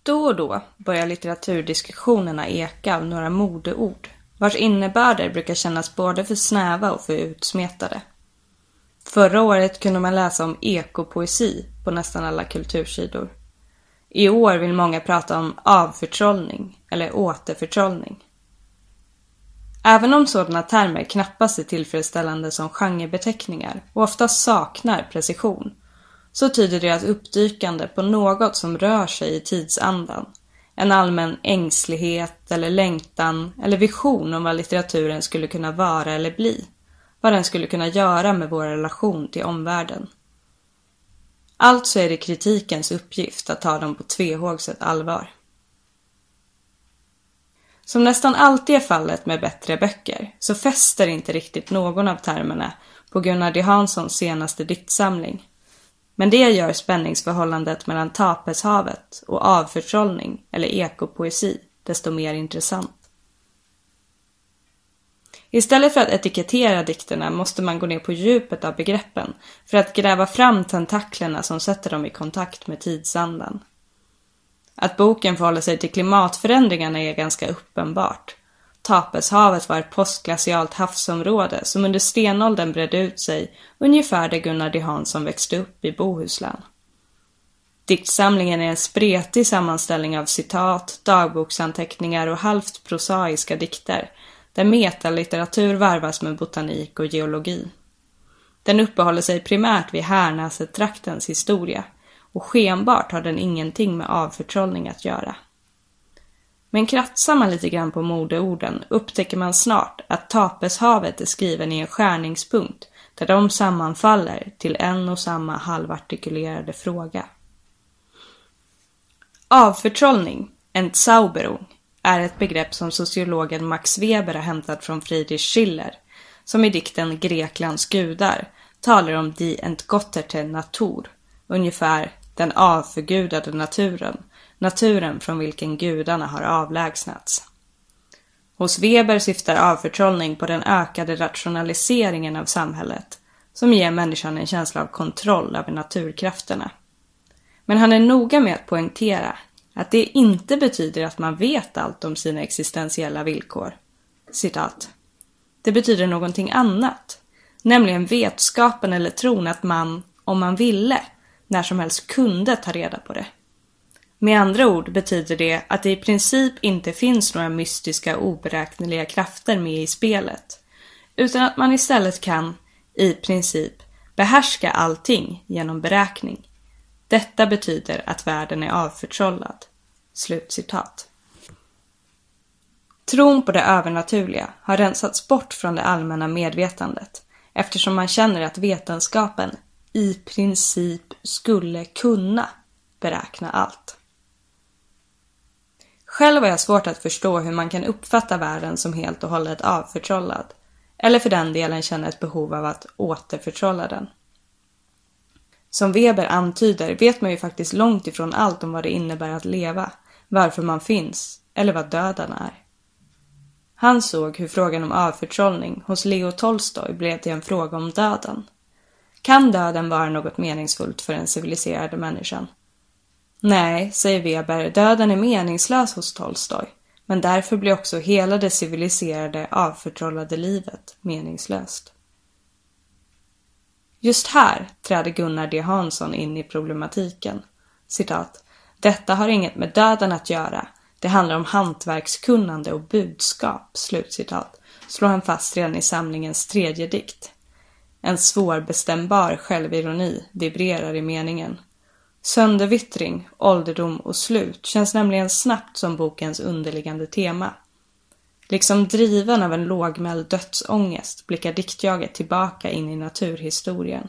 Då och då börjar litteraturdiskussionerna eka av några modeord, vars innebörder brukar kännas både för snäva och för utsmetade. Förra året kunde man läsa om ekopoesi på nästan alla kultursidor. I år vill många prata om avförtrollning eller återförtrollning. Även om sådana termer knappast är tillfredsställande som genrebeteckningar och ofta saknar precision, så tyder deras uppdykande på något som rör sig i tidsandan. En allmän ängslighet eller längtan eller vision om vad litteraturen skulle kunna vara eller bli. Vad den skulle kunna göra med vår relation till omvärlden. Alltså är det kritikens uppgift att ta dem på tvehågset allvar. Som nästan alltid är fallet med bättre böcker så fäster inte riktigt någon av termerna på Gunnar D. Hanssons senaste diktsamling. Men det gör spänningsförhållandet mellan tapeshavet och avförtrollning eller ekopoesi desto mer intressant. Istället för att etikettera dikterna måste man gå ner på djupet av begreppen för att gräva fram tentaklerna som sätter dem i kontakt med tidsandan. Att boken förhåller sig till klimatförändringarna är ganska uppenbart. Tapeshavet var ett postglacialt havsområde som under stenåldern bredde ut sig ungefär där Gunnar D. Hansson växte upp i Bohuslän. Diktsamlingen är en spretig sammanställning av citat, dagboksanteckningar och halvt prosaiska dikter där metalitteratur varvas med botanik och geologi. Den uppehåller sig primärt vid Härnäset-traktens historia och skenbart har den ingenting med avförtrollning att göra. Men kratsar man lite grann på modeorden upptäcker man snart att tapeshavet är skriven i en skärningspunkt där de sammanfaller till en och samma halvartikulerade fråga. Avförtrollning, Entzauberung, är ett begrepp som sociologen Max Weber har hämtat från Friedrich Schiller, som i dikten Greklands gudar talar om die entgotterte Natur, ungefär den avförgudade naturen, naturen från vilken gudarna har avlägsnats. Hos Weber syftar avförtrollning på den ökade rationaliseringen av samhället, som ger människan en känsla av kontroll över naturkrafterna. Men han är noga med att poängtera att det inte betyder att man vet allt om sina existentiella villkor. Citat. Det betyder någonting annat, nämligen vetskapen eller tron att man, om man ville, när som helst kunde ta reda på det. Med andra ord betyder det att det i princip inte finns några mystiska oberäkneliga krafter med i spelet, utan att man istället kan, i princip, behärska allting genom beräkning. Detta betyder att världen är avförtrollad. Slutcitat. Tron på det övernaturliga har rensats bort från det allmänna medvetandet, eftersom man känner att vetenskapen i princip skulle kunna beräkna allt. Själv har jag svårt att förstå hur man kan uppfatta världen som helt och hållet avförtrollad, eller för den delen känna ett behov av att återförtrolla den. Som Weber antyder vet man ju faktiskt långt ifrån allt om vad det innebär att leva, varför man finns eller vad döden är. Han såg hur frågan om avförtrollning hos Leo Tolstoj blev till en fråga om döden. Kan döden vara något meningsfullt för den civiliserade människan? Nej, säger Weber, döden är meningslös hos Tolstoj, men därför blir också hela det civiliserade, avförtrollade livet meningslöst. Just här träder Gunnar D. Hansson in i problematiken. Citat. Detta har inget med döden att göra. Det handlar om hantverkskunnande och budskap, slutcitat, slår han fast redan i samlingens tredje dikt. En svårbestämbar självironi vibrerar i meningen. Söndervittring, ålderdom och slut känns nämligen snabbt som bokens underliggande tema. Liksom driven av en lågmäld dödsångest blickar diktjaget tillbaka in i naturhistorien.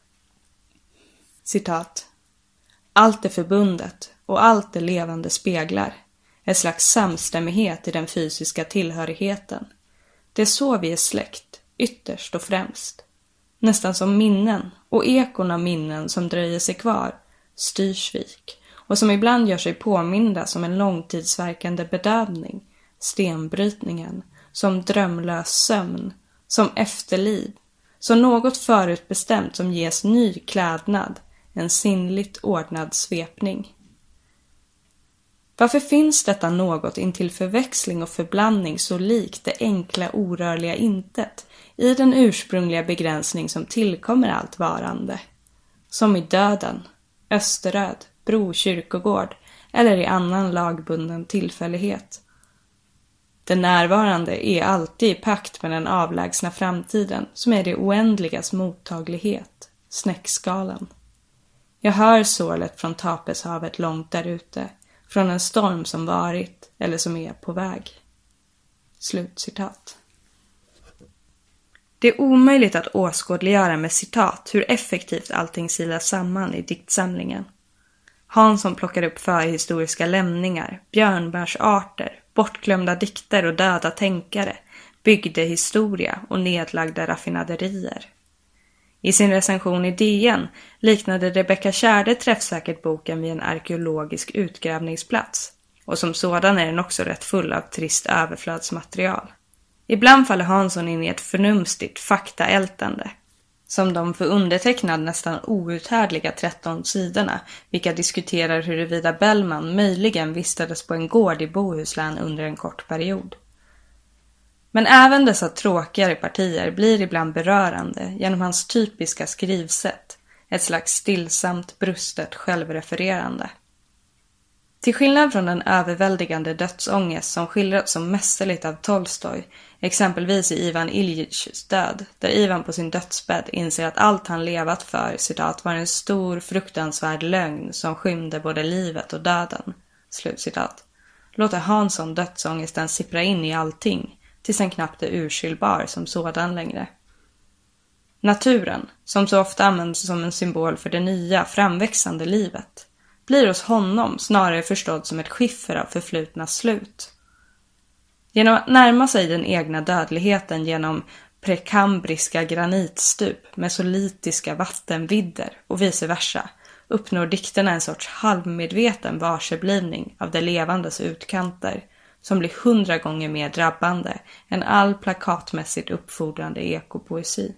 Citat. Allt är förbundet och allt är levande speglar. Ett slags samstämmighet i den fysiska tillhörigheten. Det är så vi är släkt, ytterst och främst. Nästan som minnen och ekon av minnen som dröjer sig kvar, styrsvik och som ibland gör sig påminda som en långtidsverkande bedövning, stenbrytningen, som drömlös sömn, som efterliv, som något förutbestämt som ges ny klädnad, en sinnligt ordnad svepning. Varför finns detta något intill förväxling och förblandning så likt det enkla orörliga intet i den ursprungliga begränsning som tillkommer allt varande? Som i döden, Österöd, Bro kyrkogård eller i annan lagbunden tillfällighet. Det närvarande är alltid i pakt med den avlägsna framtiden som är det oändligas mottaglighet, snäckskalen. Jag hör sorlet från Tapeshavet långt därute, från en storm som varit eller som är på väg. Slutcitat. Det är omöjligt att åskådliggöra med citat hur effektivt allting silas samman i diktsamlingen. Hansson plockar upp förhistoriska lämningar, björnbärsarter, bortglömda dikter och döda tänkare, bygdehistoria och nedlagda raffinaderier. I sin recension i DN liknade Rebecca Tjärde träffsäkert boken vid en arkeologisk utgrävningsplats, och som sådan är den också rätt full av trist överflödsmaterial. Ibland faller Hansson in i ett förnumstigt faktaältande, som de för undertecknad nästan outhärdliga 13 sidorna, vilka diskuterar huruvida Bellman möjligen vistades på en gård i Bohuslän under en kort period. Men även dessa tråkigare partier blir ibland berörande genom hans typiska skrivsätt, ett slags stillsamt brustet självrefererande. Till skillnad från den överväldigande dödsångest som skildrats som mästerligt av Tolstoj, exempelvis i Ivan Iljitjs död, där Ivan på sin dödsbädd inser att allt han levat för, citat, var en stor fruktansvärd lögn som skymde både livet och döden, slutcitat, låter Hansson dödsångesten sippra in i allting, tills han knappt är urskiljbar som sådan längre. Naturen, som så ofta används som en symbol för det nya, framväxande livet, blir hos honom snarare förstådd som ett skiffer av förflutna slut. Genom att närma sig den egna dödligheten genom prekambriska granitstup, mesolitiska vattenvidder och vice versa, uppnår dikterna en sorts halvmedveten varseblivning av det levandes utkanter, som blir 100 gånger mer drabbande än all plakatmässigt uppfordrande ekopoesi.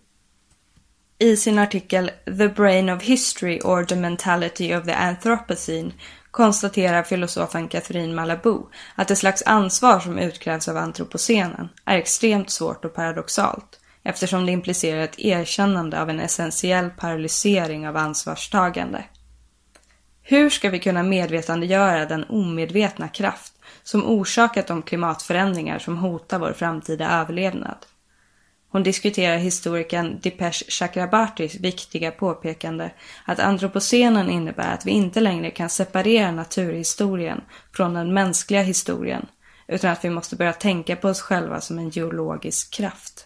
I sin artikel The Brain of History or the Mentality of the Anthropocene konstaterar filosofen Catherine Malabou att det slags ansvar som utkrävs av antropocenen är extremt svårt och paradoxalt, eftersom det implicerar ett erkännande av en essentiell paralysering av ansvarstagande. Hur ska vi kunna medvetandegöra den omedvetna kraft som orsakat de klimatförändringar som hotar vår framtida överlevnad? Hon diskuterar historikern Dipesh Chakrabartis viktiga påpekande att antropocenen innebär att vi inte längre kan separera naturhistorien från den mänskliga historien, utan att vi måste börja tänka på oss själva som en geologisk kraft.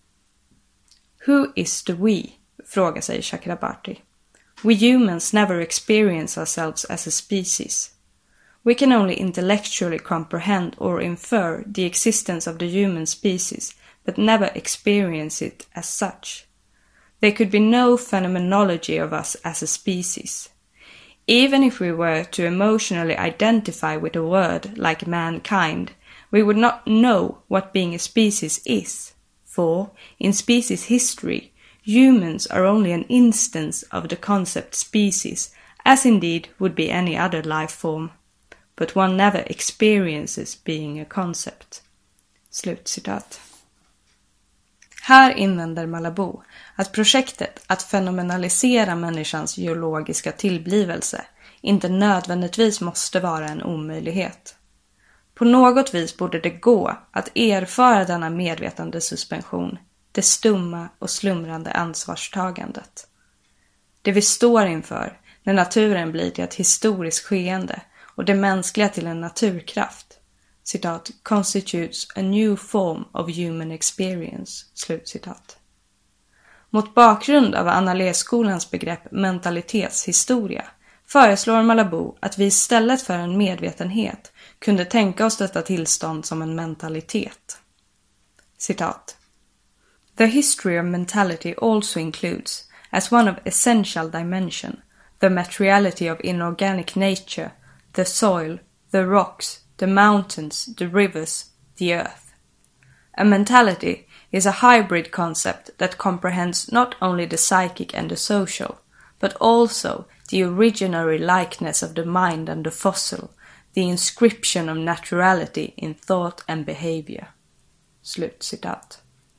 Who is the we? Frågar sig Chakrabarti. We humans never experience ourselves as a species. We can only intellectually comprehend or infer the existence of the human species, but never experience it as such. There could be no phenomenology of us as a species. Even if we were to emotionally identify with a word like mankind, we would not know what being a species is, for, in species history, humans are only an instance of the concept species, as indeed would be any other life form. But one never experiences being a concept. Slutcitat. Här invänder Malabou att projektet att fenomenalisera människans geologiska tillblivelse inte nödvändigtvis måste vara en omöjlighet. På något vis borde det gå att erfara denna medvetande suspension, det stumma och slumrande ansvarstagandet. Det vi står inför när naturen blir till ett historiskt skeende och det mänskliga till en naturkraft, citat, constitutes a new form of human experience, slutcitat. Mot bakgrund av Annalé-skolans begrepp mentalitetshistoria föreslår Malabou att vi istället för en medvetenhet kunde tänka oss detta tillstånd som en mentalitet. Citat. The history of mentality also includes, as one of essential dimension, the materiality of inorganic nature, the soil, the rocks, the mountains, the rivers, the earth. A mentality is a hybrid concept that comprehends not only the psychic and the social, but also the originary likeness of the mind and the fossil, The inscription of naturality in thought and behavior. Slutcitat.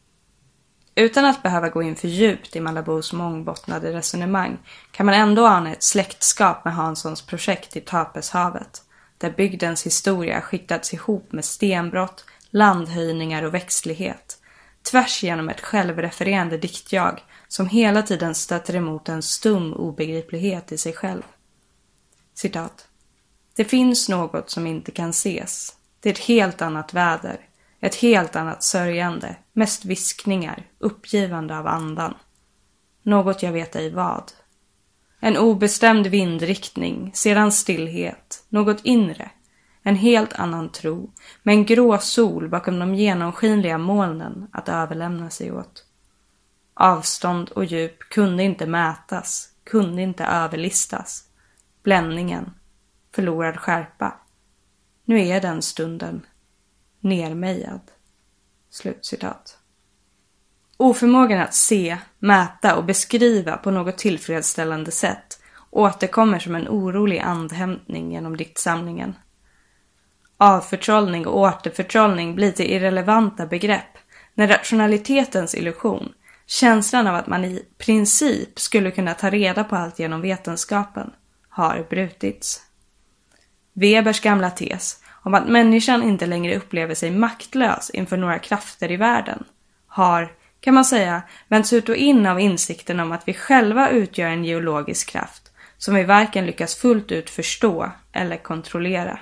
Utan att behöva gå in för djupt i Malabus mångbottnade resonemang kan man ändå ana ett släktskap med Hanssons projekt i Tapeshavet, där bygdens historia skiktats ihop med stenbrott, landhöjningar och växtlighet, tvärs genom ett självrefererande diktjag som hela tiden stöter emot en stum obegriplighet i sig själv. Citat. Det finns något som inte kan ses. Det är ett helt annat väder. Ett helt annat sörjande, mest viskningar, uppgivande av andan. Något jag vet ej vad. En obestämd vindriktning, sedan stillhet, något inre. En helt annan tro, med en grå sol bakom de genomskinliga molnen att överlämna sig åt. Avstånd och djup kunde inte mätas, kunde inte överlistas. Bländningen, förlorad skärpa. Nu är den stunden nermejad. Slutcitat. Oförmågan att se, mäta och beskriva på något tillfredsställande sätt återkommer som en orolig andhämtning genom diktsamlingen. Avförtrollning och återförtrollning blir till irrelevanta begrepp när rationalitetens illusion, känslan av att man i princip skulle kunna ta reda på allt genom vetenskapen, har brutits. Webers gamla tes om att människan inte längre upplever sig maktlös inför några krafter i världen har, kan man säga, vänts ut och in av insikten om att vi själva utgör en geologisk kraft som vi varken lyckas fullt ut förstå eller kontrollera.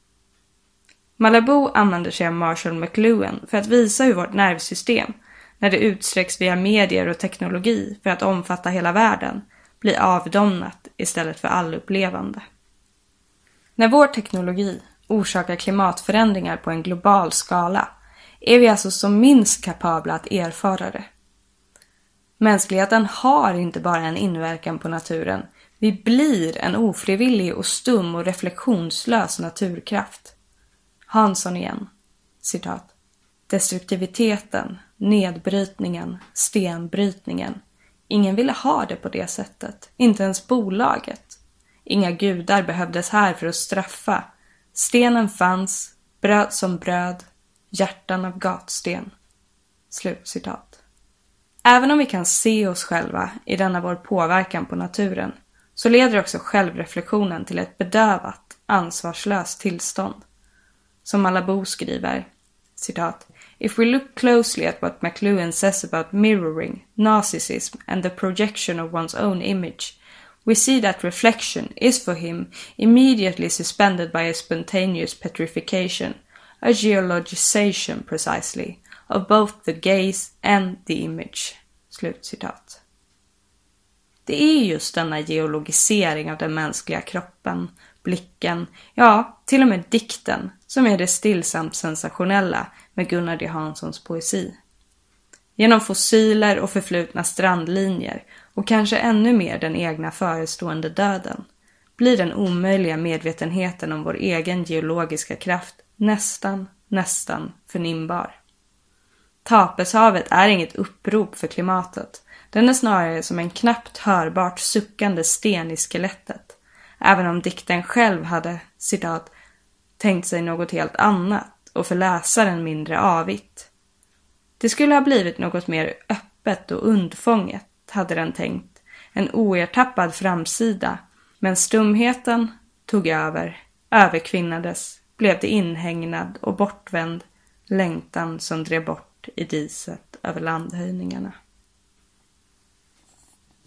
Malabou använder sig av Marshall McLuhan för att visa hur vårt nervsystem, när det utsträcks via medier och teknologi för att omfatta hela världen, blir avdomnat istället för allupplevande. När vår teknologi orsakar klimatförändringar på en global skala är vi alltså som minst kapabla att erfara det. Mänskligheten har inte bara en inverkan på naturen, vi blir en ofrivillig och stum och reflektionslös naturkraft. Hansson igen, citat. Destruktiviteten, nedbrytningen, stenbrytningen. Ingen ville ha det på det sättet, inte ens bolaget. Inga gudar behövdes här för att straffa. Stenen fanns, bröd som bröd, hjärtan av gatsten. Slutcitat. Även om vi kan se oss själva i denna vår påverkan på naturen, så leder också självreflektionen till ett bedövat, ansvarslöst tillstånd. Som Malabou skriver, citat, If we look closely at what McLuhan says about mirroring, narcissism and the projection of one's own image, we see that reflection is for him immediately suspended by a spontaneous petrification, a geologization precisely, of both the gaze and the image. Slutcitat. Det är just denna geologisering av den mänskliga kroppen, blicken, ja, till och med dikten som är det stillsamt sensationella med Gunnar D. Hanssons poesi. Genom fossiler och förflutna strandlinjer och kanske ännu mer den egna förestående döden blir den omöjliga medvetenheten om vår egen geologiska kraft nästan förnimbar. Tapeshavet är inget upprop för klimatet. Den är snarare som en knappt hörbart suckande sten i skelettet. Även om dikten själv hade, citat, tänkt sig något helt annat och för läsaren mindre avigt. Det skulle ha blivit något mer öppet och undfånget, hade den tänkt. En oertappad framsida, men stumheten tog överkvinnades, blev det inhägnad och bortvänd längtan som drev bort i diset över landhöjningarna.